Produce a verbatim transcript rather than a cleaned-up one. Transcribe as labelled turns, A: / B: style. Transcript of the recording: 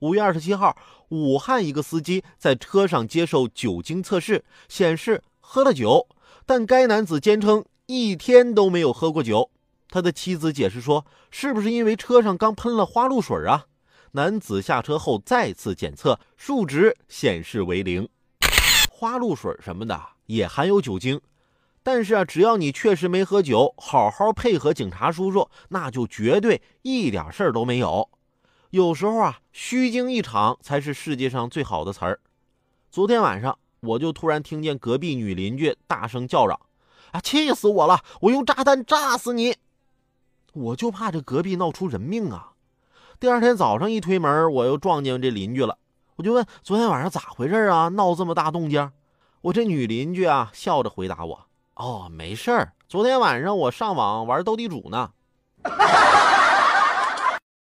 A: 五月二十七号，武汉一个司机在车上接受酒精测试，显示喝了酒，但该男子坚称一天都没有喝过酒。他的妻子解释说，是不是因为车上刚喷了花露水啊？男子下车后再次检测，数值显示为零。花露水什么的也含有酒精，但是啊，只要你确实没喝酒，好好配合警察叔叔，那就绝对一点事儿都没有。有时候啊，虚惊一场才是世界上最好的词儿。昨天晚上，我就突然听见隔壁女邻居大声叫嚷：“啊，气死我了！我用炸弹炸死你！”我就怕这隔壁闹出人命啊。第二天早上一推门，我又撞见这邻居了。我就问昨天晚上咋回事啊，闹这么大动静？我这女邻居啊笑着回答我：“哦，没事儿，昨天晚上我上网玩斗地主呢。”